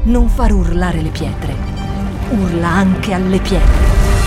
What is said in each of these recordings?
non far urlare le pietre, urla anche alle pietre.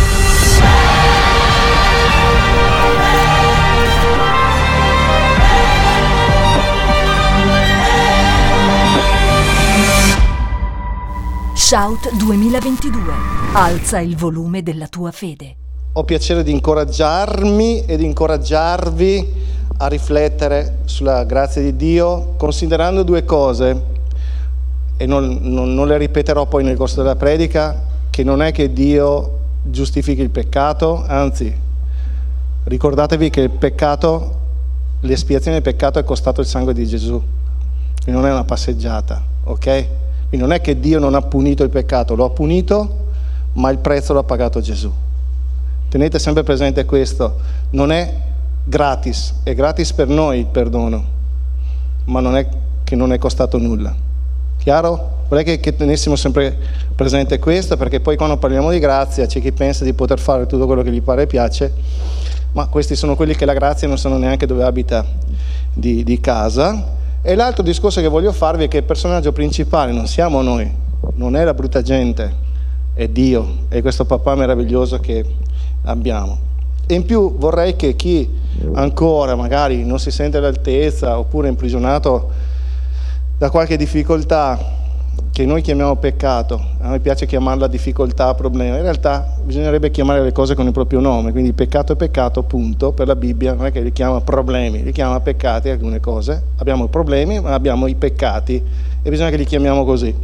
Shout 2022. Alza il volume della tua fede. Ho piacere di incoraggiarmi e di incoraggiarvi a riflettere sulla grazia di Dio, considerando due cose, e non le ripeterò poi nel corso della predica, che non è che Dio giustifichi il peccato, anzi, ricordatevi che il peccato, l'espiazione del peccato è costato il sangue di Gesù, e non è una passeggiata, ok? Quindi non è che Dio non ha punito il peccato, lo ha punito, ma il prezzo l'ha pagato Gesù. Tenete sempre presente questo, non è gratis, è gratis per noi il perdono, ma non è che non è costato nulla. Chiaro? Vorrei che tenessimo sempre presente questo, perché poi quando parliamo di grazia c'è chi pensa di poter fare tutto quello che gli pare e piace, ma questi sono quelli che la grazia non sanno neanche dove abita di casa. E l'altro discorso che voglio farvi è che il personaggio principale non siamo noi, non è la brutta gente, è Dio, è questo papà meraviglioso che abbiamo. E in più vorrei che chi ancora magari non si sente all'altezza oppure è imprigionato da qualche difficoltà che noi chiamiamo peccato, a me piace chiamarla difficoltà, problema, in realtà bisognerebbe chiamare le cose con il proprio nome, quindi peccato è peccato, punto. Per la Bibbia non è che li chiama problemi, li chiama peccati alcune cose, abbiamo problemi ma abbiamo i peccati e bisogna che li chiamiamo così.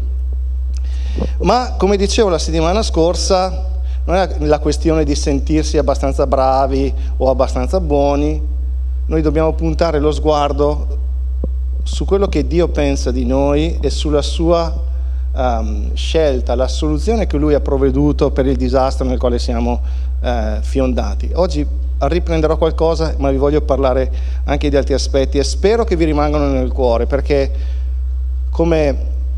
Ma come dicevo la settimana scorsa, non è la questione di sentirsi abbastanza bravi o abbastanza buoni, noi dobbiamo puntare lo sguardo su quello che Dio pensa di noi e sulla sua scelta, la soluzione che Lui ha provveduto per il disastro nel quale siamo fiondati. Oggi riprenderò qualcosa, ma vi voglio parlare anche di altri aspetti e spero che vi rimangano nel cuore, perché come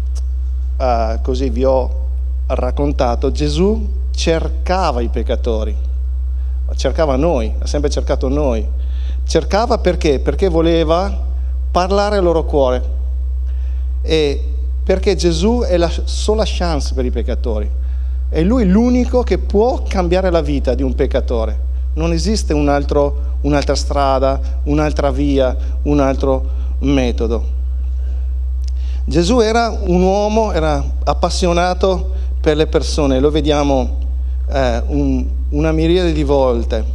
così vi ho raccontato, Gesù cercava i peccatori, cercava noi, ha sempre cercato noi. Cercava perché? Perché voleva parlare al loro cuore, e perché Gesù è la sola chance per i peccatori, è Lui l'unico che può cambiare la vita di un peccatore, non esiste un'altra strada, un'altra via, un altro metodo. Gesù era un uomo, era appassionato per le persone, lo vediamo una miriade di volte.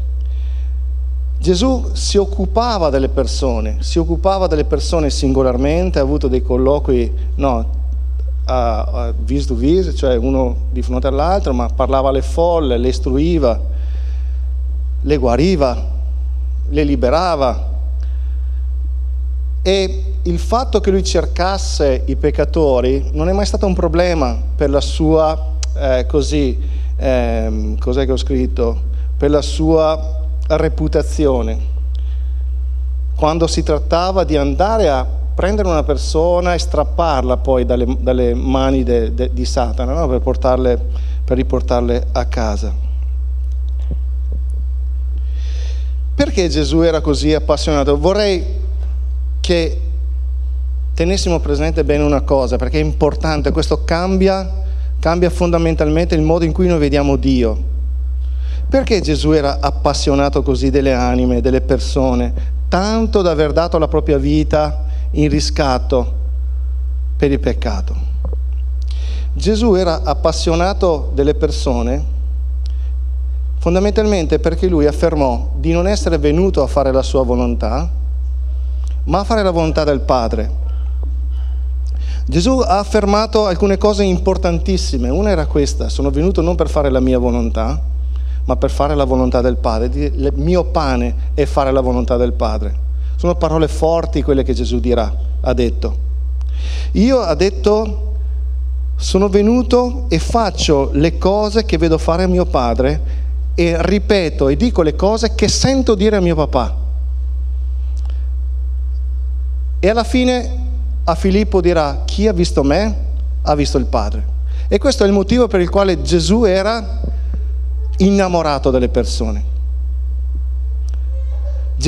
Gesù si occupava delle persone singolarmente, ha avuto dei colloqui, vis to vis, cioè uno di fronte all'altro, ma parlava alle folle, le istruiva, le guariva, le liberava. E il fatto che lui cercasse i peccatori non è mai stato un problema per la sua, cos'è che ho scritto? Per la sua reputazione. Quando si trattava di andare a prendere una persona e strapparla poi dalle mani di Satana, no? per riportarle a casa. Perché Gesù era così appassionato? Vorrei che tenessimo presente bene una cosa, perché è importante, questo cambia fondamentalmente il modo in cui noi vediamo Dio. Perché Gesù era appassionato così delle anime, delle persone, tanto da aver dato la propria vita in riscatto per il peccato? Gesù era appassionato delle persone fondamentalmente perché lui affermò di non essere venuto a fare la sua volontà, ma a fare la volontà del Padre. Gesù ha affermato alcune cose importantissime. Una era questa: sono venuto non per fare la mia volontà, ma per fare la volontà del Padre. Il mio pane è fare la volontà del Padre. Sono parole forti quelle che Gesù ha detto. Ha detto, sono venuto e faccio le cose che vedo fare a mio Padre e ripeto e dico le cose che sento dire a mio papà. E alla fine a Filippo dirà: chi ha visto me ha visto il Padre. E questo è il motivo per il quale Gesù era innamorato delle persone.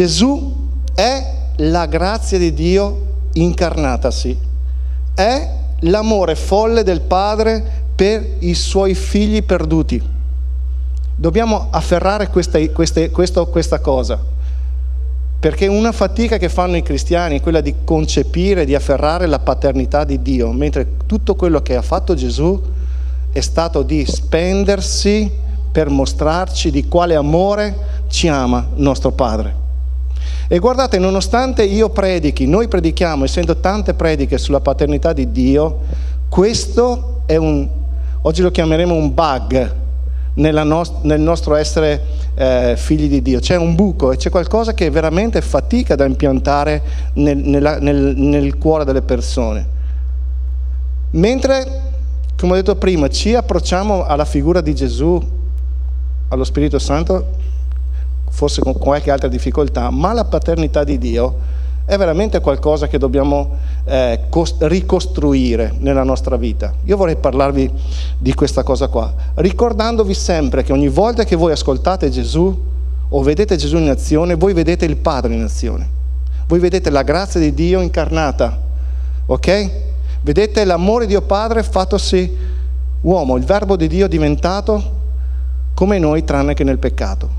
Gesù è la grazia di Dio incarnatasi, è l'amore folle del Padre per i suoi figli perduti. Dobbiamo afferrare questa cosa, perché una fatica che fanno i cristiani è quella di concepire, di afferrare la paternità di Dio, mentre tutto quello che ha fatto Gesù è stato di spendersi per mostrarci di quale amore ci ama nostro Padre. E guardate, nonostante noi predichiamo e sento tante prediche sulla paternità di Dio, questo è oggi lo chiameremo un bug nel nostro essere figli di Dio. C'è un buco e c'è qualcosa che veramente fatica da impiantare nel cuore delle persone. Mentre, come ho detto prima, ci approcciamo alla figura di Gesù, allo Spirito Santo, forse con qualche altra difficoltà, ma la paternità di Dio è veramente qualcosa che dobbiamo ricostruire nella nostra vita. Io vorrei parlarvi di questa cosa qua, ricordandovi sempre che ogni volta che voi ascoltate Gesù o vedete Gesù in azione, voi vedete il Padre in azione. Voi vedete la grazia di Dio incarnata, ok? Vedete l'amore di Dio Padre fattosi uomo, il Verbo di Dio diventato come noi, tranne che nel peccato.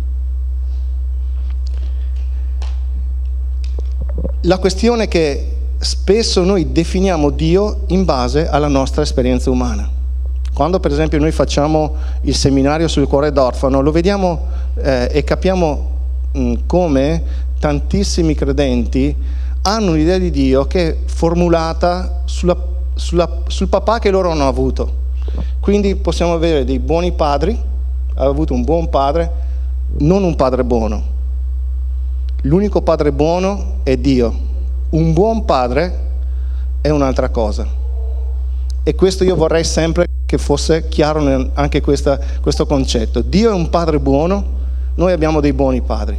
La questione è che spesso noi definiamo Dio in base alla nostra esperienza umana. Quando per esempio noi facciamo il seminario sul cuore d'orfano, lo vediamo e capiamo come tantissimi credenti hanno un'idea di Dio che è formulata sul papà che loro hanno avuto. Quindi possiamo avere dei buoni padri, ha avuto un buon padre, non un padre buono. L'unico padre buono è Dio. Un buon padre è un'altra cosa. E questo io vorrei sempre che fosse chiaro anche questo concetto. Dio è un padre buono, noi abbiamo dei buoni padri.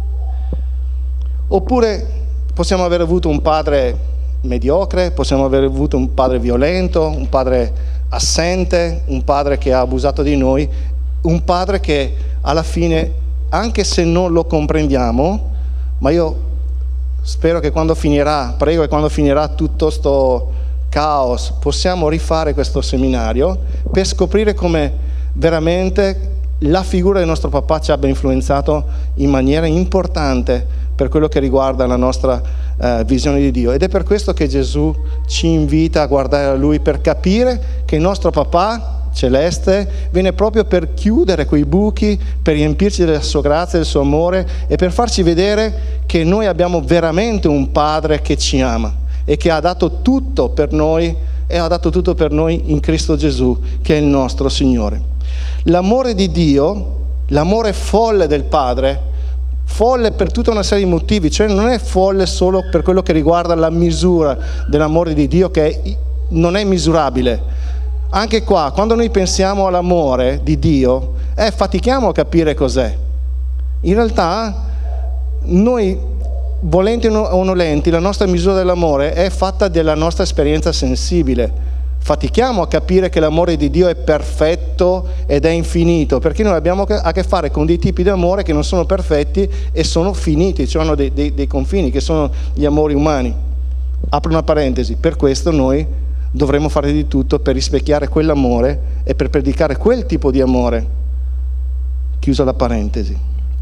Oppure possiamo aver avuto un padre mediocre, possiamo aver avuto un padre violento, un padre assente, un padre che ha abusato di noi, un padre che alla fine, anche se non lo comprendiamo, ma io spero che prego che quando finirà tutto sto caos, possiamo rifare questo seminario per scoprire come veramente la figura del nostro papà ci abbia influenzato in maniera importante per quello che riguarda la nostra visione di Dio. Ed è per questo che Gesù ci invita a guardare a Lui, per capire che il nostro papà celeste viene proprio per chiudere quei buchi, per riempirci della sua grazia, del suo amore e per farci vedere che noi abbiamo veramente un Padre che ci ama e che ha dato tutto per noi e ha dato tutto per noi in Cristo Gesù, che è il nostro Signore. L'amore di Dio, l'amore folle del Padre, folle per tutta una serie di motivi, cioè non è folle solo per quello che riguarda la misura dell'amore di Dio, che non è misurabile. Anche qua, quando noi pensiamo all'amore di Dio, fatichiamo a capire cos'è. In realtà, noi, volenti o nolenti, la nostra misura dell'amore è fatta della nostra esperienza sensibile. Fatichiamo a capire che l'amore di Dio è perfetto ed è infinito, perché noi abbiamo a che fare con dei tipi di amore che non sono perfetti e sono finiti, cioè hanno dei confini, che sono gli amori umani. Apro una parentesi, per questo noi dovremmo fare di tutto per rispecchiare quell'amore e per predicare quel tipo di amore. Chiusa la parentesi.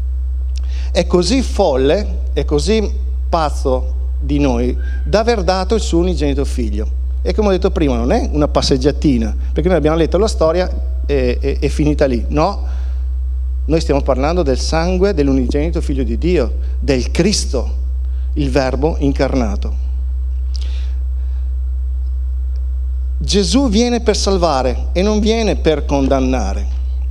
È così folle, è così pazzo di noi da aver dato il suo unigenito figlio. E come ho detto prima, non è una passeggiatina, perché noi abbiamo letto la storia e è finita lì. No, noi stiamo parlando del sangue dell'unigenito figlio di Dio, del Cristo, il Verbo incarnato. Gesù viene per salvare e non viene per condannare.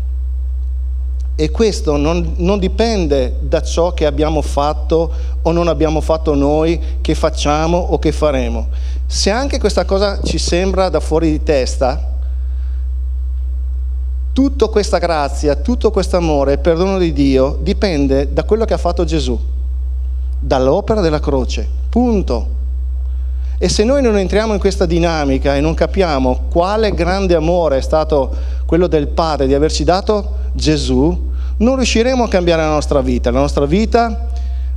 E questo non dipende da ciò che abbiamo fatto o non abbiamo fatto noi, che facciamo o che faremo. Se anche questa cosa ci sembra da fuori di testa, tutta questa grazia, tutto questo amore e perdono di Dio dipende da quello che ha fatto Gesù, dall'opera della croce, punto. E se noi non entriamo in questa dinamica e non capiamo quale grande amore è stato quello del Padre di averci dato Gesù, non riusciremo a cambiare la nostra vita. La nostra vita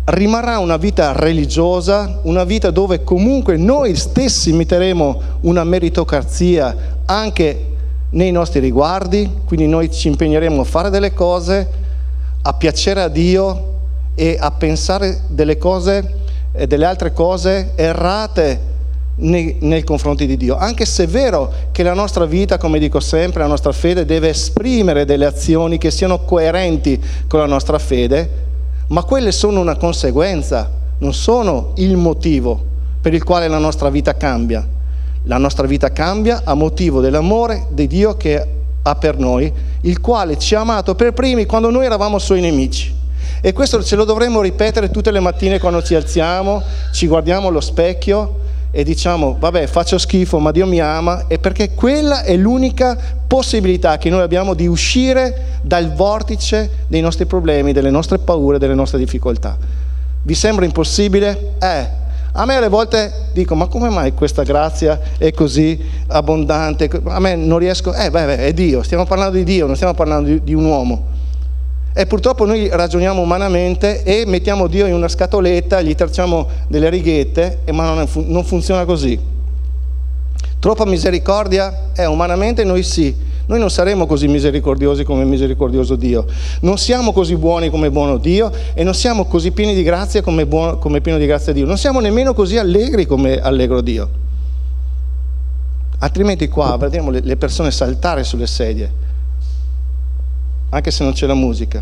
rimarrà una vita religiosa, una vita dove comunque noi stessi metteremo una meritocrazia anche nei nostri riguardi, quindi noi ci impegneremo a fare delle cose, a piacere a Dio e a pensare delle cose e delle altre cose errate nei confronti di Dio, anche se è vero che la nostra vita, come dico sempre, la nostra fede deve esprimere delle azioni che siano coerenti con la nostra fede, ma quelle sono una conseguenza, non sono il motivo per il quale la nostra vita cambia. La nostra vita cambia a motivo dell'amore di Dio che ha per noi, il quale ci ha amato per primi quando noi eravamo suoi nemici. E questo ce lo dovremmo ripetere tutte le mattine quando ci alziamo, ci guardiamo allo specchio e diciamo: vabbè, faccio schifo, ma Dio mi ama, e perché quella è l'unica possibilità che noi abbiamo di uscire dal vortice dei nostri problemi, delle nostre paure, delle nostre difficoltà. Vi sembra impossibile? A me alle volte dico: ma come mai questa grazia è così abbondante? A me non riesco. È Dio, stiamo parlando di Dio, non stiamo parlando di un uomo. E purtroppo noi ragioniamo umanamente e mettiamo Dio in una scatoletta, gli tracciamo delle righette, ma non funziona così. Troppa misericordia? Umanamente noi sì. Noi non saremo così misericordiosi come misericordioso Dio. Non siamo così buoni come buono Dio e non siamo così pieni di grazia come pieno di grazia Dio. Non siamo nemmeno così allegri come allegro Dio. Altrimenti qua vedremo le persone saltare sulle sedie, anche se non c'è la musica.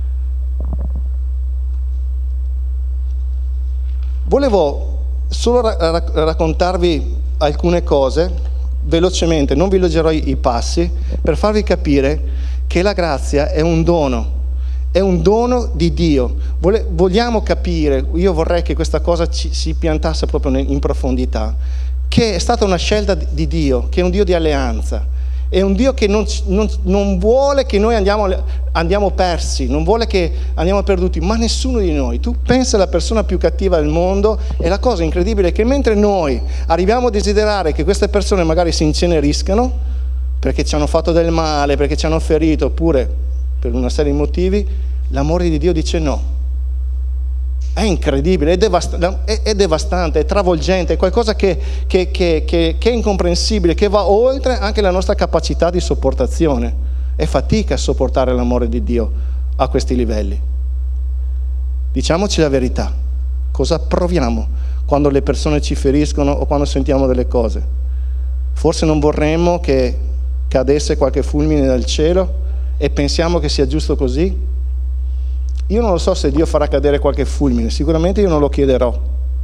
Volevo solo raccontarvi alcune cose velocemente, non vi leggerò i passi, per farvi capire che la grazia è un dono di Dio. Vogliamo capire, io vorrei che questa cosa si piantasse proprio in profondità, che è stata una scelta di Dio, che è un Dio di alleanza. È un Dio che non vuole che noi andiamo persi, non vuole che andiamo perduti, ma nessuno di noi. Tu pensa alla persona più cattiva del mondo, e la cosa incredibile è che mentre noi arriviamo a desiderare che queste persone magari si inceneriscano perché ci hanno fatto del male, perché ci hanno ferito, oppure per una serie di motivi, l'amore di Dio dice no. È incredibile, è devastante, è travolgente, è qualcosa che è incomprensibile, che va oltre anche la nostra capacità di sopportazione. È fatica a sopportare l'amore di Dio a questi livelli. Diciamoci la verità, cosa proviamo quando le persone ci feriscono o quando sentiamo delle cose? Forse non vorremmo che cadesse qualche fulmine dal cielo e pensiamo che sia giusto così? Io non lo so se Dio farà cadere qualche fulmine, sicuramente io non lo chiederò.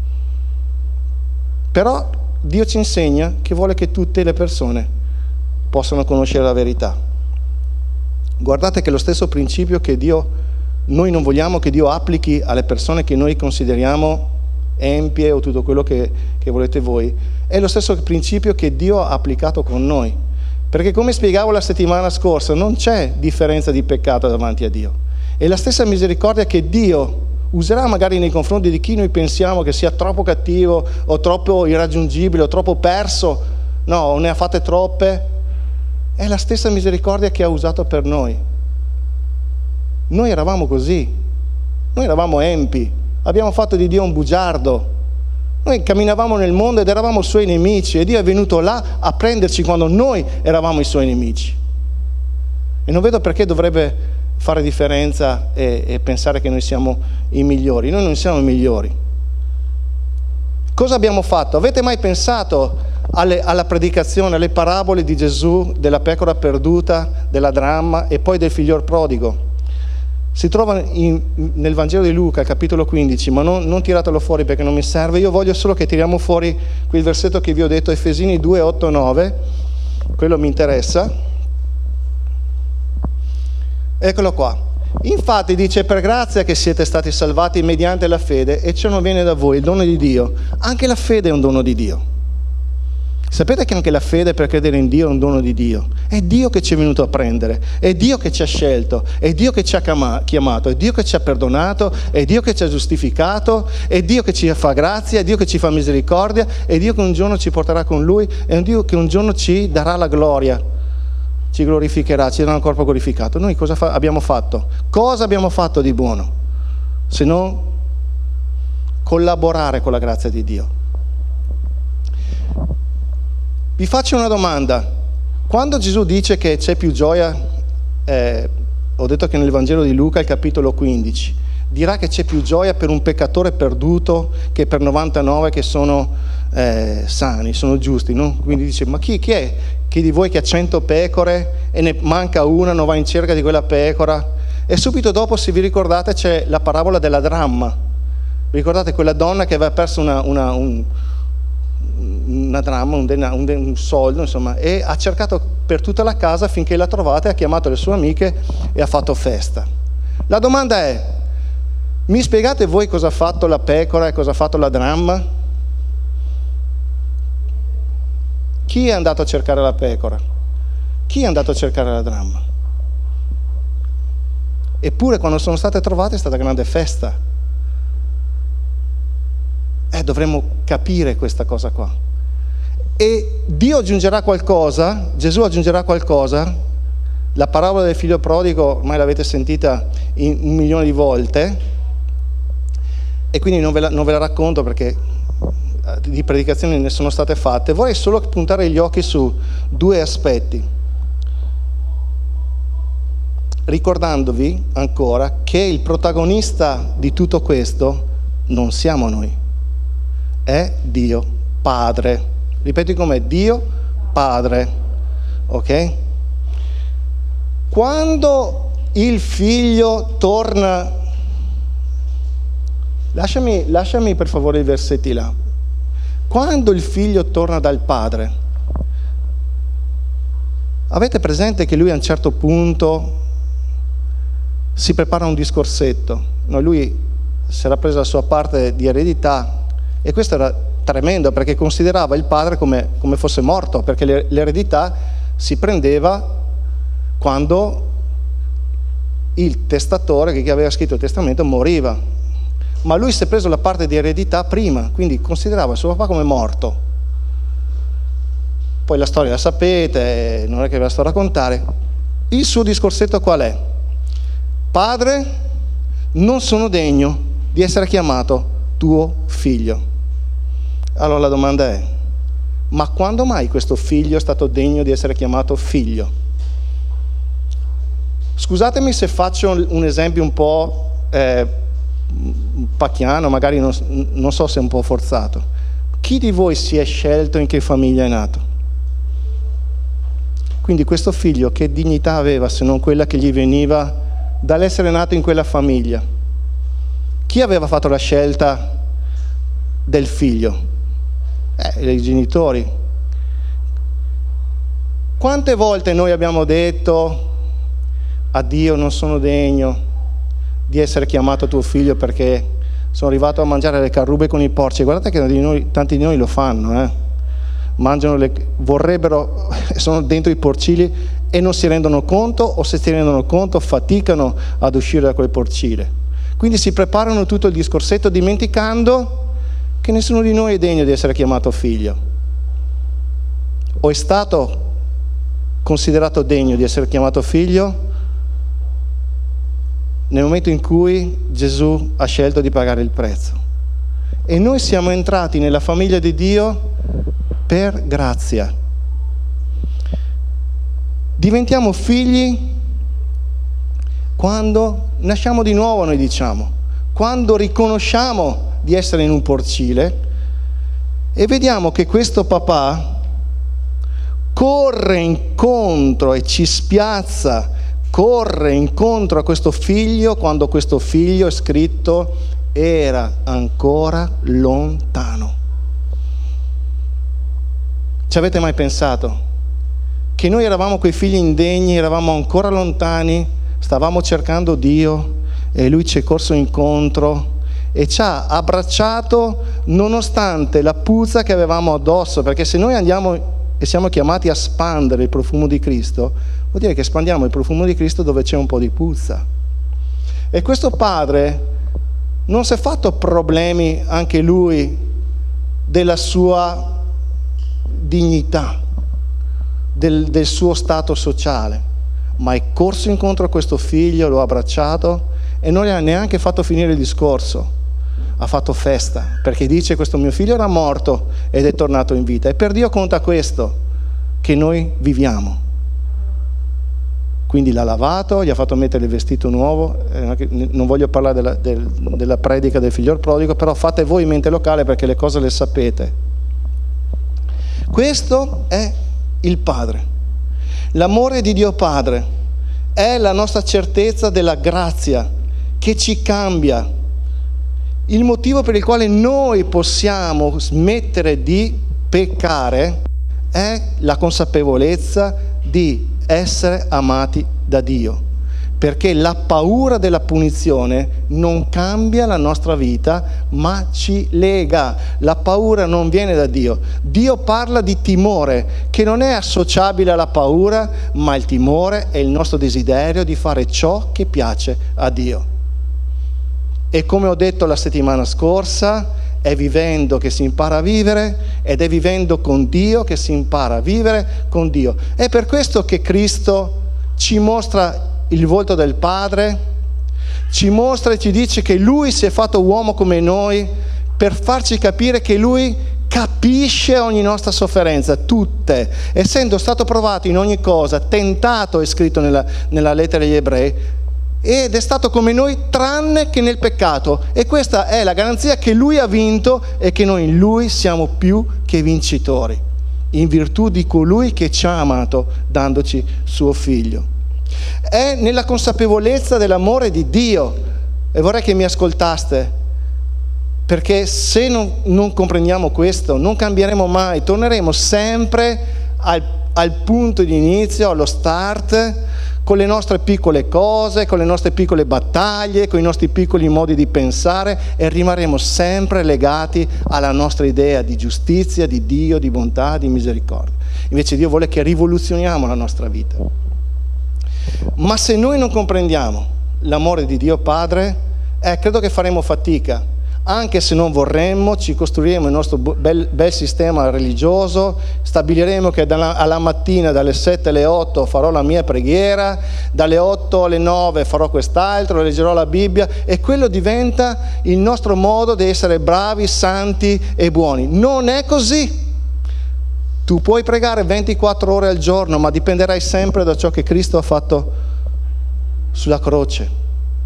Però Dio ci insegna che vuole che tutte le persone possano conoscere la verità. Guardate che lo stesso principio che noi non vogliamo che Dio applichi alle persone che noi consideriamo empie o tutto quello che volete voi, è lo stesso principio che Dio ha applicato con noi. Perché, come spiegavo la settimana scorsa, non c'è differenza di peccato davanti a Dio. E la stessa misericordia che Dio userà magari nei confronti di chi noi pensiamo che sia troppo cattivo o troppo irraggiungibile o troppo perso, no, ne ha fatte troppe, è la stessa misericordia che ha usato per noi. Noi eravamo così, noi eravamo empi, abbiamo fatto di Dio un bugiardo, noi camminavamo nel mondo ed eravamo suoi nemici, e Dio è venuto là a prenderci quando noi eravamo i suoi nemici. E non vedo perché dovrebbe fare differenza e pensare che noi siamo i migliori. Noi non siamo i migliori. Cosa abbiamo fatto? Avete mai pensato alla predicazione, alle parabole di Gesù, della pecora perduta, della dramma e poi del figliol prodigo? Si trova nel Vangelo di Luca, capitolo 15, ma non tiratelo fuori perché non mi serve. Io voglio solo che tiriamo fuori quel versetto che vi ho detto, Efesini 2, 8, 9, quello mi interessa. Eccolo qua. Infatti dice: per grazia che siete stati salvati mediante la fede, e ciò non viene da voi, il dono di Dio. Anche la fede è un dono di Dio. Sapete che anche la fede per credere in Dio è un dono di Dio. È Dio che ci è venuto a prendere, è Dio che ci ha scelto, è Dio che ci ha chiamato, è Dio che ci ha perdonato, è Dio che ci ha giustificato, è Dio che ci fa grazia, è Dio che ci fa misericordia, è Dio che un giorno ci porterà con Lui, è un Dio che un giorno ci darà la gloria, ci glorificherà, ci darà un corpo glorificato. Noi cosa abbiamo fatto? Cosa abbiamo fatto di buono? Se non collaborare con la grazia di Dio. Vi faccio una domanda. Quando Gesù dice che c'è più gioia, ho detto che nel Vangelo di Luca, il capitolo 15, dirà che c'è più gioia per un peccatore perduto che per 99 che sono sani, sono giusti, no? Quindi dice, ma chi è? Chi di voi che ha 100 pecore e ne manca una, non va in cerca di quella pecora? E subito dopo, se vi ricordate, c'è la parabola della dramma. Vi ricordate quella donna che aveva perso una dramma, un soldo, insomma, e ha cercato per tutta la casa finché l'ha trovata e ha chiamato le sue amiche e ha fatto festa. La domanda è, mi spiegate voi cosa ha fatto la pecora e cosa ha fatto la dramma? Chi è andato a cercare la pecora? Chi è andato a cercare la dramma? Eppure quando sono state trovate è stata grande festa. Dovremmo capire questa cosa qua. E Dio aggiungerà qualcosa, Gesù aggiungerà qualcosa. La parabola del figlio prodigo ormai l'avete sentita 1.000.000 di volte, e quindi non ve la racconto perché di predicazioni ne sono state fatte. Vorrei solo puntare gli occhi su due aspetti, ricordandovi ancora che il protagonista di tutto questo non siamo noi, è Dio Padre. Ripeti com'è: Dio Padre, ok? Quando il figlio torna, lasciami per favore i versetti là. Quando il figlio torna dal padre, avete presente che lui a un certo punto si prepara un discorsetto? No, lui si era preso la sua parte di eredità, e questo era tremendo perché considerava il padre come fosse morto, perché l'eredità si prendeva quando il testatore, che aveva scritto il testamento, moriva. Ma lui si è preso la parte di eredità prima, quindi considerava il suo papà come morto. Poi la storia la sapete, non è che ve la sto a raccontare. Il suo discorsetto qual è? Padre, non sono degno di essere chiamato tuo figlio. Allora la domanda è, ma quando mai questo figlio è stato degno di essere chiamato figlio? Scusatemi se faccio un esempio un po' pacchiano, magari non so se è un po' forzato. Chi di voi si è scelto in che famiglia è nato? Quindi questo figlio che dignità aveva se non quella che gli veniva dall'essere nato in quella famiglia? Chi aveva fatto la scelta del figlio? I genitori. Quante volte noi abbiamo detto a Dio: non sono degno di essere chiamato tuo figlio perché sono arrivato a mangiare le carrube con i porci? Guardate che tanti di noi lo fanno, mangiano vorrebbero, sono dentro i porcili e non si rendono conto, o se si rendono conto faticano ad uscire da quel porcile. Quindi si preparano tutto il discorsetto dimenticando che nessuno di noi è degno di essere chiamato figlio. O è stato considerato degno di essere chiamato figlio nel momento in cui Gesù ha scelto di pagare il prezzo. E noi siamo entrati nella famiglia di Dio per grazia. Diventiamo figli quando nasciamo di nuovo, noi diciamo, quando riconosciamo di essere in un porcile e vediamo che questo papà corre incontro e ci spiazza, corre incontro a questo figlio quando questo figlio, è scritto, era ancora lontano. Ci avete mai pensato che noi eravamo quei figli indegni, eravamo ancora lontani, stavamo cercando Dio e Lui ci è corso incontro e ci ha abbracciato nonostante la puzza che avevamo addosso? Perché se noi andiamo e siamo chiamati a spandere il profumo di Cristo, vuol dire che spandiamo il profumo di Cristo dove c'è un po' di puzza. E questo padre non si è fatto problemi anche lui della sua dignità, del suo stato sociale, ma è corso incontro a questo figlio, lo ha abbracciato e non gli ha neanche fatto finire il discorso. ha fatto festa, perché dice: questo mio figlio era morto ed è tornato in vita. E per Dio conta questo, che noi viviamo. Quindi l'ha lavato, gli ha fatto mettere il vestito nuovo. Non voglio parlare della predica del figliol prodigo, però fate voi in mente locale, perché le cose le sapete. Questo è il Padre. L'amore di Dio Padre è la nostra certezza della grazia che ci cambia. Il motivo per il quale noi possiamo smettere di peccare è la consapevolezza di essere amati da Dio, perché la paura della punizione non cambia la nostra vita, ma ci lega. La paura non viene da Dio. Dio parla di timore, che non è associabile alla paura, ma il timore è il nostro desiderio di fare ciò che piace a Dio. E come ho detto la settimana scorsa, è vivendo che si impara a vivere, ed è vivendo con Dio che si impara a vivere con Dio. È per questo che Cristo ci mostra il volto del Padre, ci mostra e ci dice che Lui si è fatto uomo come noi, per farci capire che Lui capisce ogni nostra sofferenza, tutte, essendo stato provato in ogni cosa, tentato, è scritto nella lettera agli Ebrei, ed è stato come noi tranne che nel peccato. E questa è la garanzia che Lui ha vinto e che noi in Lui siamo più che vincitori, in virtù di colui che ci ha amato dandoci suo figlio. È nella consapevolezza dell'amore di Dio, e vorrei che mi ascoltaste, perché se non comprendiamo questo non cambieremo mai, torneremo sempre al punto di inizio, allo start, con le nostre piccole cose, con le nostre piccole battaglie, con i nostri piccoli modi di pensare, e rimarremo sempre legati alla nostra idea di giustizia, di Dio, di bontà, di misericordia. Invece Dio vuole che rivoluzioniamo la nostra vita. Ma se noi non comprendiamo l'amore di Dio Padre, credo che faremo fatica. Anche se non vorremmo, ci costruiremo il nostro bel sistema religioso, stabiliremo che alla mattina dalle 7 alle 8 farò la mia preghiera, dalle 8 alle 9 farò quest'altro, leggerò la Bibbia, e quello diventa il nostro modo di essere bravi, santi e buoni. Non è così. Tu puoi pregare 24 ore al giorno, ma dipenderai sempre da ciò che Cristo ha fatto sulla croce.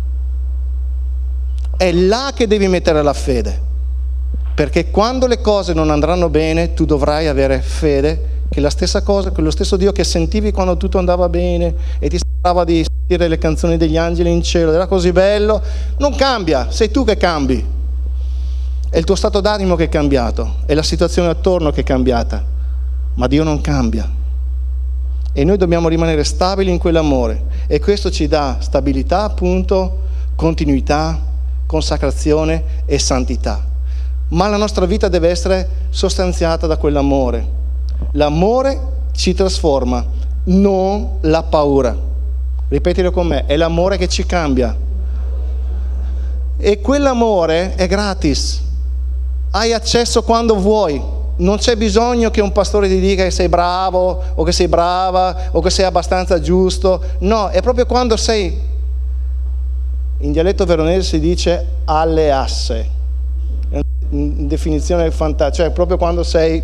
È là che devi mettere la fede, perché quando le cose non andranno bene tu dovrai avere fede che la stessa cosa, quello stesso Dio che sentivi quando tutto andava bene e ti sembrava di sentire le canzoni degli angeli in cielo, era così bello, non cambia, sei tu che cambi, è il tuo stato d'animo che è cambiato, è la situazione attorno che è cambiata, ma Dio non cambia, e noi dobbiamo rimanere stabili in quell'amore, e questo ci dà stabilità, appunto, continuità, consacrazione e santità. Ma la nostra vita deve essere sostanziata da quell'amore. L'amore ci trasforma, non la paura. Ripetilo con me, è l'amore che ci cambia. E quell'amore è gratis. Hai accesso quando vuoi. Non c'è bisogno che un pastore ti dica che sei bravo o che sei brava o che sei abbastanza giusto. No, è proprio quando sei, in dialetto veronese si dice alle asse, è una definizione fantastica, cioè proprio quando sei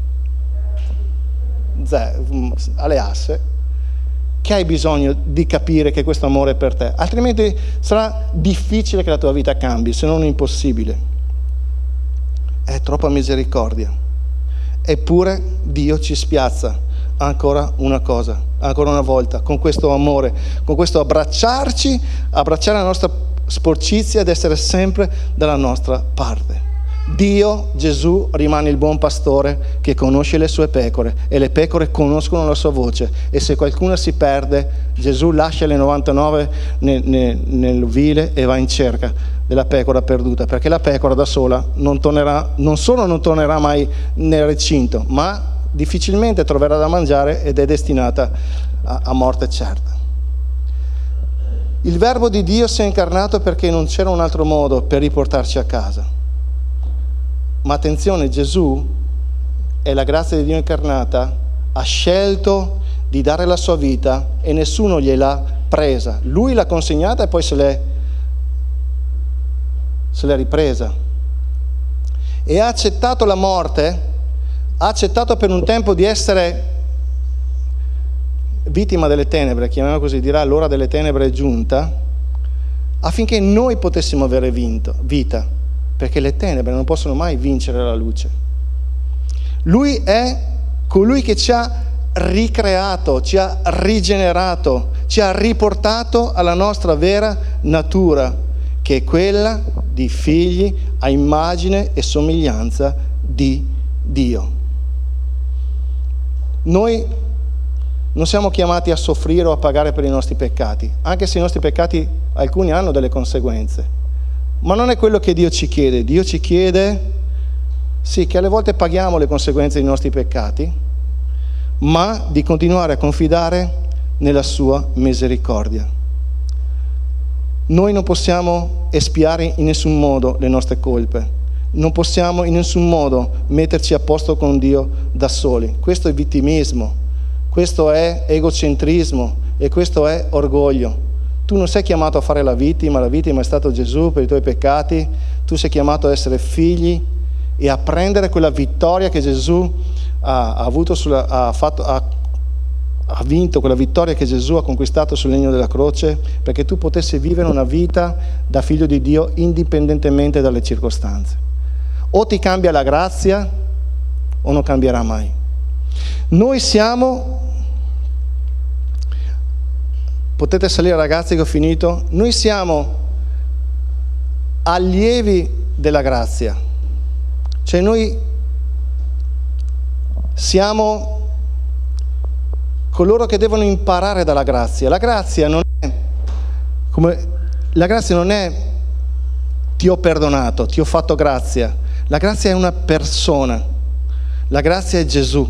alle asse, che hai bisogno di capire che questo amore è per te, altrimenti sarà difficile che la tua vita cambi, se non impossibile. È troppa misericordia. Eppure Dio ci spiazza ancora una volta, con questo amore, con questo abbracciare la nostra sporcizia ed essere sempre dalla nostra parte. Dio, Gesù, rimane il buon pastore che conosce le sue pecore, e le pecore conoscono la sua voce, e se qualcuna si perde, Gesù lascia le 99 nell'ovile e va in cerca della pecora perduta, perché la pecora da sola non solo non tornerà mai nel recinto, ma difficilmente troverà da mangiare ed è destinata a morte certa. Il Verbo di Dio si è incarnato perché non c'era un altro modo per riportarci a casa. Ma attenzione, Gesù è la grazia di Dio incarnata, ha scelto di dare la sua vita e nessuno gliel'ha presa. Lui l'ha consegnata e poi se l'è ripresa. e ha accettato la morte, ha accettato per un tempo di essere vittima delle tenebre, chiamiamola così, dirà l'ora delle tenebre è giunta, affinché noi potessimo avere vita, perché le tenebre non possono mai vincere la luce. Lui è colui che ci ha ricreato, ci ha rigenerato, ci ha riportato alla nostra vera natura, che è quella di figli a immagine e somiglianza di Dio. Noi non siamo chiamati a soffrire o a pagare per i nostri peccati, anche se i nostri peccati, alcuni hanno delle conseguenze. Ma non è quello che Dio ci chiede. Dio ci chiede, sì, che alle volte paghiamo le conseguenze dei nostri peccati, ma di continuare a confidare nella sua misericordia. Noi non possiamo espiare in nessun modo le nostre colpe, non possiamo in nessun modo metterci a posto con Dio da soli. Questo è vittimismo, questo è egocentrismo e questo è orgoglio. Tu non sei chiamato a fare la vittima è stato Gesù per i tuoi peccati, tu sei chiamato ad essere figli e a prendere quella vittoria che Gesù ha vinto, quella vittoria che Gesù ha conquistato sul legno della croce, perché tu potessi vivere una vita da figlio di Dio indipendentemente dalle circostanze. O ti cambia la grazia o non cambierà mai. Noi siamo, potete salire ragazzi che ho finito, noi siamo allievi della grazia, cioè noi siamo coloro che devono imparare dalla grazia. La grazia non è ti ho perdonato, ti ho fatto grazia. La grazia è una persona. La grazia è Gesù.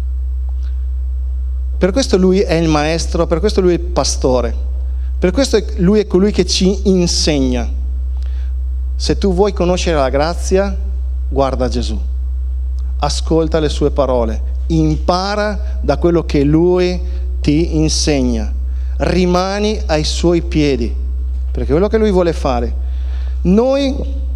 Per questo lui è il maestro, per questo lui è il pastore. Per questo lui è colui che ci insegna. Se tu vuoi conoscere la grazia, guarda Gesù. Ascolta le sue parole. Impara da quello che lui ti insegna, rimani ai suoi piedi, perché è quello che lui vuole fare. Noi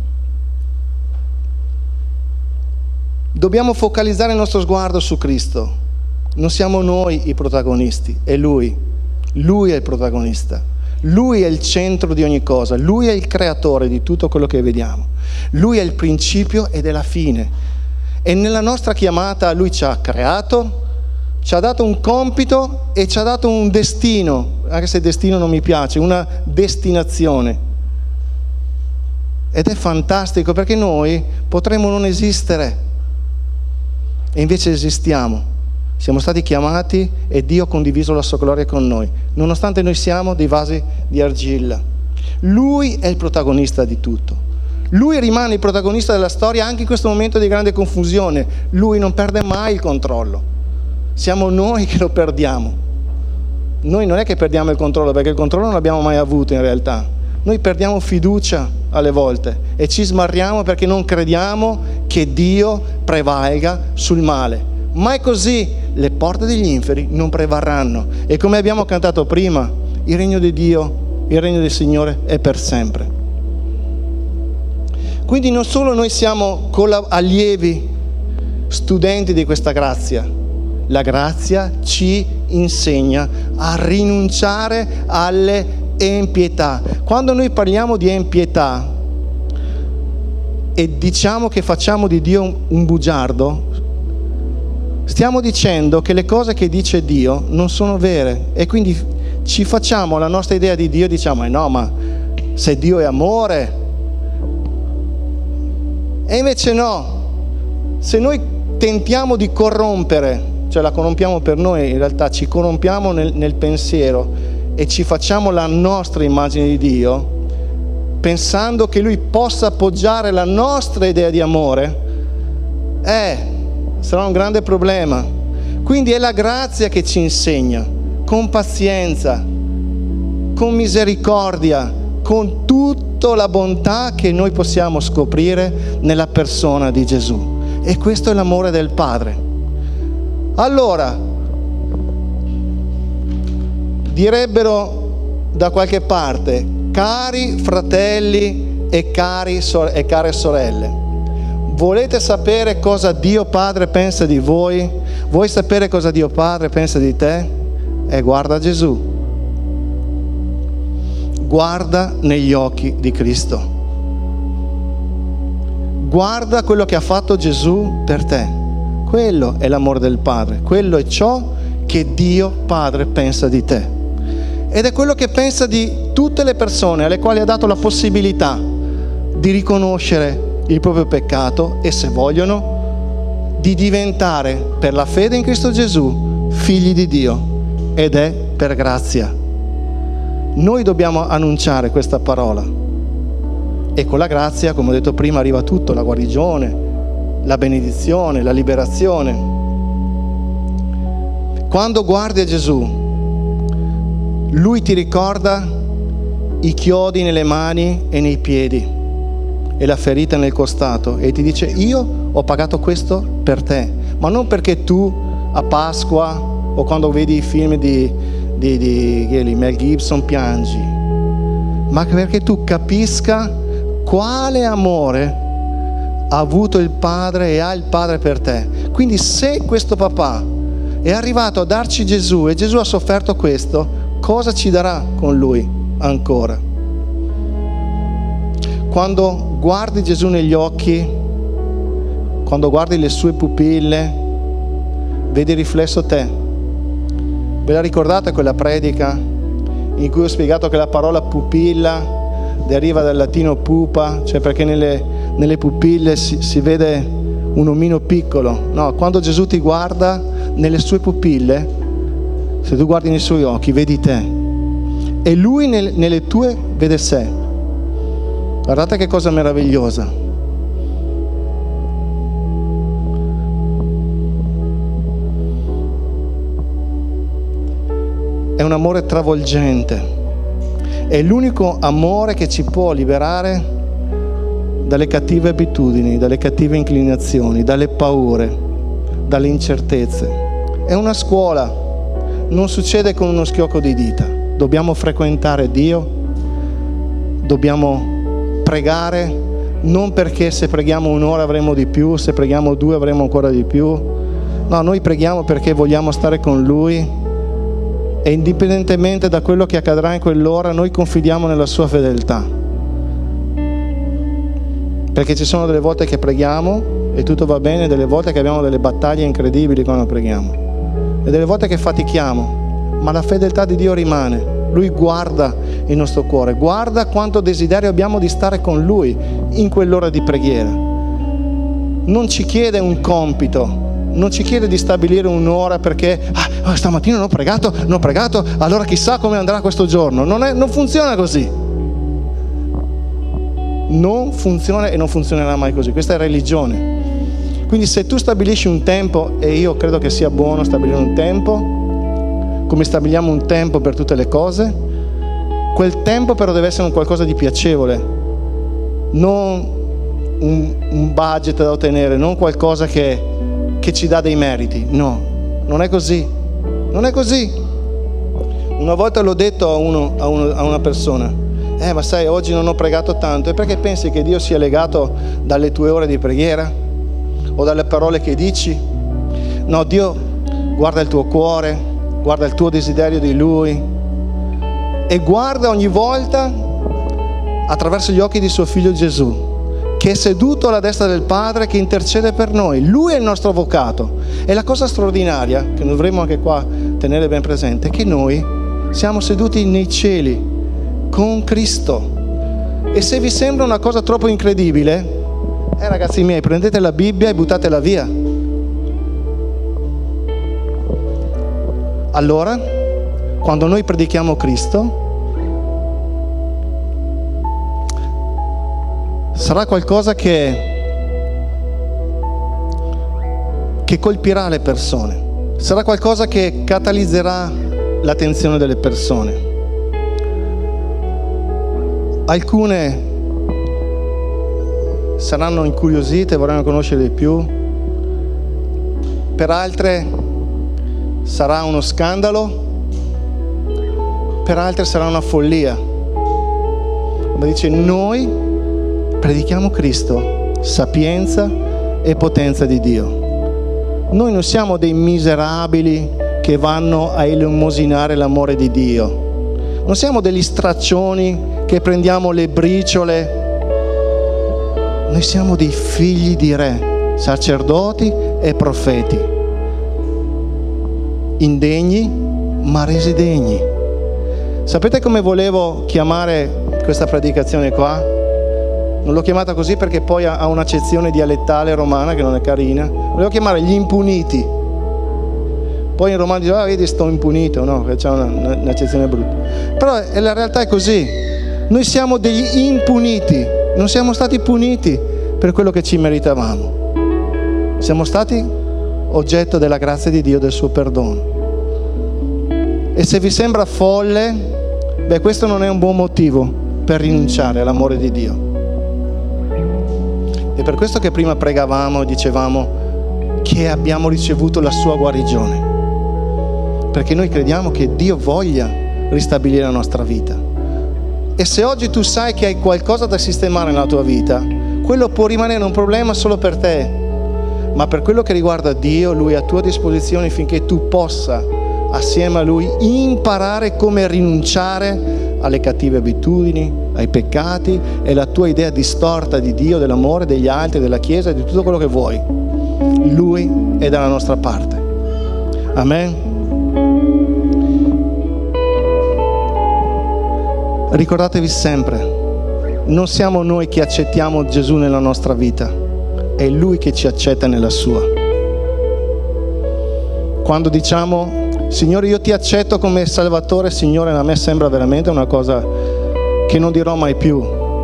dobbiamo focalizzare il nostro sguardo su Cristo, non siamo noi i protagonisti, è lui è il protagonista, lui è il centro di ogni cosa, lui è il creatore di tutto quello che vediamo, lui è il principio ed è la fine. E nella nostra chiamata lui ci ha creato, ci ha dato un compito e ci ha dato un destino, anche se destino non mi piace, una destinazione. Ed è fantastico perché noi potremmo non esistere e invece esistiamo. Siamo stati chiamati e Dio ha condiviso la sua gloria con noi, nonostante noi siamo dei vasi di argilla. Lui è il protagonista di tutto. Lui rimane il protagonista della storia anche in questo momento di grande confusione. Lui non perde mai il controllo. Siamo noi che lo perdiamo. Noi non è che perdiamo il controllo, perché il controllo non l'abbiamo mai avuto in realtà. Noi perdiamo fiducia alle volte e ci smarriamo perché non crediamo che Dio prevalga sul male. Ma è così, le porte degli inferi non prevarranno. E come abbiamo cantato prima, il regno di Dio, il regno del Signore è per sempre. Quindi non solo noi siamo allievi, studenti di questa grazia, la grazia ci insegna a rinunciare alle empietà. Quando noi parliamo di empietà e diciamo che facciamo di Dio un bugiardo, stiamo dicendo che le cose che dice Dio non sono vere e quindi ci facciamo la nostra idea di Dio e diciamo no, ma se Dio è amore. E invece no, se noi tentiamo di corrompere, cioè la corrompiamo per noi, in realtà ci corrompiamo nel pensiero e ci facciamo la nostra immagine di Dio, pensando che Lui possa appoggiare la nostra idea di amore, sarà un grande problema. Quindi è la grazia che ci insegna, con pazienza, con misericordia, con tutta la bontà che noi possiamo scoprire nella persona di Gesù. E questo è l'amore del Padre. Allora, direbbero da qualche parte, cari fratelli e care sorelle, Volete sapere cosa Dio Padre pensa di voi? Vuoi sapere cosa Dio Padre pensa di te? Guarda Gesù. Guarda negli occhi di Cristo. Guarda quello che ha fatto Gesù per te. Quello è l'amore del Padre. Quello è ciò che Dio Padre pensa di te. Ed è quello che pensa di tutte le persone alle quali ha dato la possibilità di riconoscere il proprio peccato e, se vogliono, di diventare per la fede in Cristo Gesù figli di Dio, ed è per grazia. Noi dobbiamo annunciare questa parola e con la grazia, come ho detto prima, arriva tutto: la guarigione, la benedizione, la liberazione. Quando guardi a Gesù, Lui ti ricorda i chiodi nelle mani e nei piedi e la ferita nel costato, e ti dice: io ho pagato questo per te, ma non perché tu a Pasqua o quando vedi i film di Mel Gibson piangi, ma perché tu capisca quale amore ha avuto il Padre e ha il Padre per te. Quindi se questo papà è arrivato a darci Gesù e Gesù ha sofferto questo, cosa ci darà con Lui ancora? Quando guardi Gesù negli occhi, quando guardi le sue pupille, vedi riflesso te. Ve la ricordate quella predica in cui ho spiegato che la parola pupilla deriva dal latino pupa, cioè perché nelle pupille si vede un omino piccolo? No, quando Gesù ti guarda nelle sue pupille, se tu guardi nei suoi occhi, vedi te, e Lui nelle tue vede sé. Guardate che cosa meravigliosa. È un amore travolgente. È l'unico amore che ci può liberare dalle cattive abitudini, dalle cattive inclinazioni, dalle paure, dalle incertezze. È una scuola. Non succede con uno schiocco di dita. Dobbiamo frequentare Dio. Dobbiamo pregare, non perché se preghiamo un'ora avremo di più, se preghiamo 2 avremo ancora di più. No, noi preghiamo perché vogliamo stare con Lui, e indipendentemente da quello che accadrà in quell'ora noi confidiamo nella sua fedeltà, perché ci sono delle volte che preghiamo e tutto va bene, delle volte che abbiamo delle battaglie incredibili quando preghiamo, e delle volte che fatichiamo, ma la fedeltà di Dio rimane. Lui guarda il nostro cuore, guarda quanto desiderio abbiamo di stare con Lui in quell'ora di preghiera. Non ci chiede un compito, non ci chiede di stabilire un'ora perché stamattina non ho pregato, allora chissà come andrà questo giorno. Non funziona così. Non funziona e non funzionerà mai così. Questa è religione. Quindi se tu stabilisci un tempo, e io credo che sia buono stabilire un tempo, come stabiliamo un tempo per tutte le cose, quel tempo però deve essere un qualcosa di piacevole, non un budget da ottenere, non qualcosa che ci dà dei meriti. No, non è così. Non è così. Una volta l'ho detto a una persona: ma sai, oggi non ho pregato tanto. E perché pensi che Dio sia legato dalle tue ore di preghiera o dalle parole che dici? No, Dio guarda il tuo cuore, guarda il tuo desiderio di Lui, e guarda ogni volta attraverso gli occhi di suo figlio Gesù, che è seduto alla destra del Padre, che intercede per noi. Lui è il nostro avvocato. E la cosa straordinaria, che dovremmo anche qua tenere ben presente, è che noi siamo seduti nei cieli con Cristo. E se vi sembra una cosa troppo incredibile, ragazzi miei, prendete la Bibbia e buttatela via. Allora, quando noi predichiamo Cristo, sarà qualcosa che colpirà le persone, sarà qualcosa che catalizzerà l'attenzione delle persone. Alcune saranno incuriosite, vorranno conoscere di più, per altre sarà uno scandalo, per altre sarà una follia. Ma dice: noi predichiamo Cristo, sapienza, e potenza di Dio. Noi non siamo dei miserabili che vanno a elemosinare l'amore di Dio. Non siamo degli straccioni che prendiamo le briciole. Noi siamo dei figli di re, sacerdoti e profeti, indegni ma resi degni. Sapete come volevo chiamare questa predicazione qua? Non l'ho chiamata così perché poi ha un'accezione dialettale romana che non è carina. Volevo chiamare gli impuniti. Poi in romano dice, vedi, sto impunito, no? C'è un'accezione brutta. Però la realtà è così. Noi siamo degli impuniti. Non siamo stati puniti per quello che ci meritavamo. Siamo stati oggetto della grazia di Dio, del suo perdono. E se vi sembra folle, questo non è un buon motivo per rinunciare all'amore di Dio. È per questo che prima pregavamo e dicevamo che abbiamo ricevuto la sua guarigione, perché noi crediamo che Dio voglia ristabilire la nostra vita. E se oggi tu sai che hai qualcosa da sistemare nella tua vita, quello può rimanere un problema solo per te, ma per quello che riguarda Dio, Lui è a tua disposizione finché tu possa, assieme a Lui, imparare come rinunciare alle cattive abitudini, ai peccati e la tua idea distorta di Dio, dell'amore, degli altri, della Chiesa, di tutto quello che vuoi. Lui è dalla nostra parte. Amen. Ricordatevi sempre, non siamo noi che accettiamo Gesù nella nostra vita, è Lui che ci accetta nella sua. Quando diciamo Signore, io ti accetto come Salvatore, Signore, a me sembra veramente una cosa che non dirò mai più.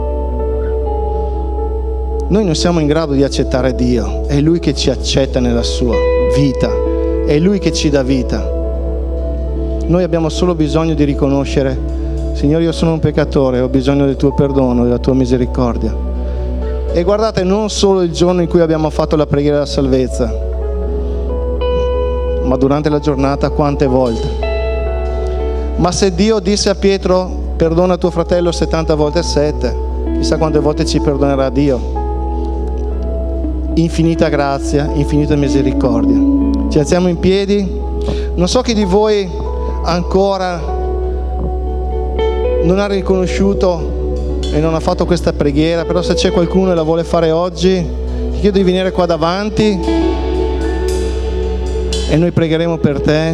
Noi non siamo in grado di accettare Dio, è Lui che ci accetta nella sua vita, è Lui che ci dà vita. Noi abbiamo solo bisogno di riconoscere, Signore, io sono un peccatore, ho bisogno del tuo perdono, della tua misericordia. E guardate, non solo il giorno in cui abbiamo fatto la preghiera della salvezza, ma durante la giornata quante volte. Ma se Dio disse a Pietro perdona tuo fratello 70 volte 7, chissà quante volte ci perdonerà Dio. Infinita grazia, infinita misericordia. Ci alziamo in piedi. Non so chi di voi ancora non ha riconosciuto e non ha fatto questa preghiera, però se c'è qualcuno e la vuole fare oggi, ti chiedo di venire qua davanti e noi pregheremo per te.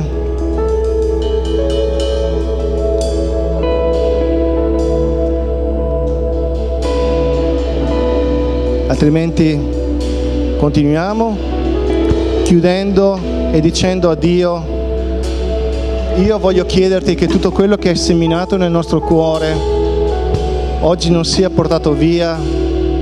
Altrimenti continuiamo chiudendo e dicendo a Dio: io voglio chiederti che tutto quello che hai seminato nel nostro cuore oggi non sia portato via.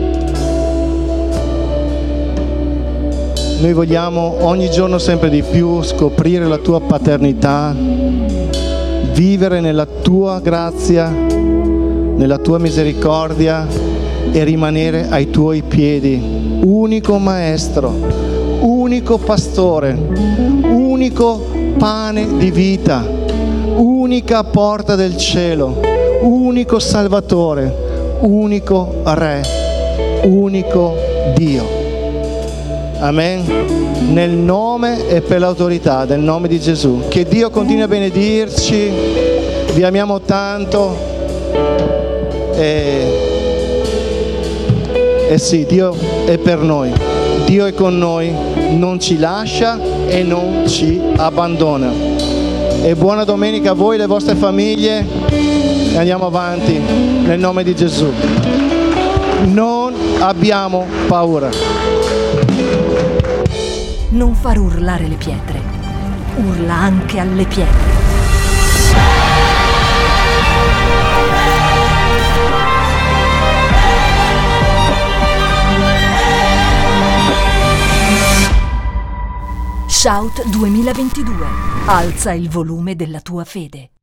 Noi vogliamo ogni giorno sempre di più scoprire la tua paternità, vivere nella tua grazia, nella tua misericordia e rimanere ai tuoi piedi. Unico maestro, unico pastore, unico pane di vita, unica porta del cielo, unico salvatore, unico re, unico Dio. Amen. Nel nome e per l'autorità del nome di Gesù. Che Dio continui a benedirci. Vi amiamo tanto. E sì, Dio è per noi. Dio è con noi. Non ci lascia e non ci abbandona. E buona domenica a voi e le vostre famiglie. E andiamo avanti nel nome di Gesù. Non abbiamo paura. Non far urlare le pietre, urla anche alle pietre. Shout 2022. Alza il volume della tua fede.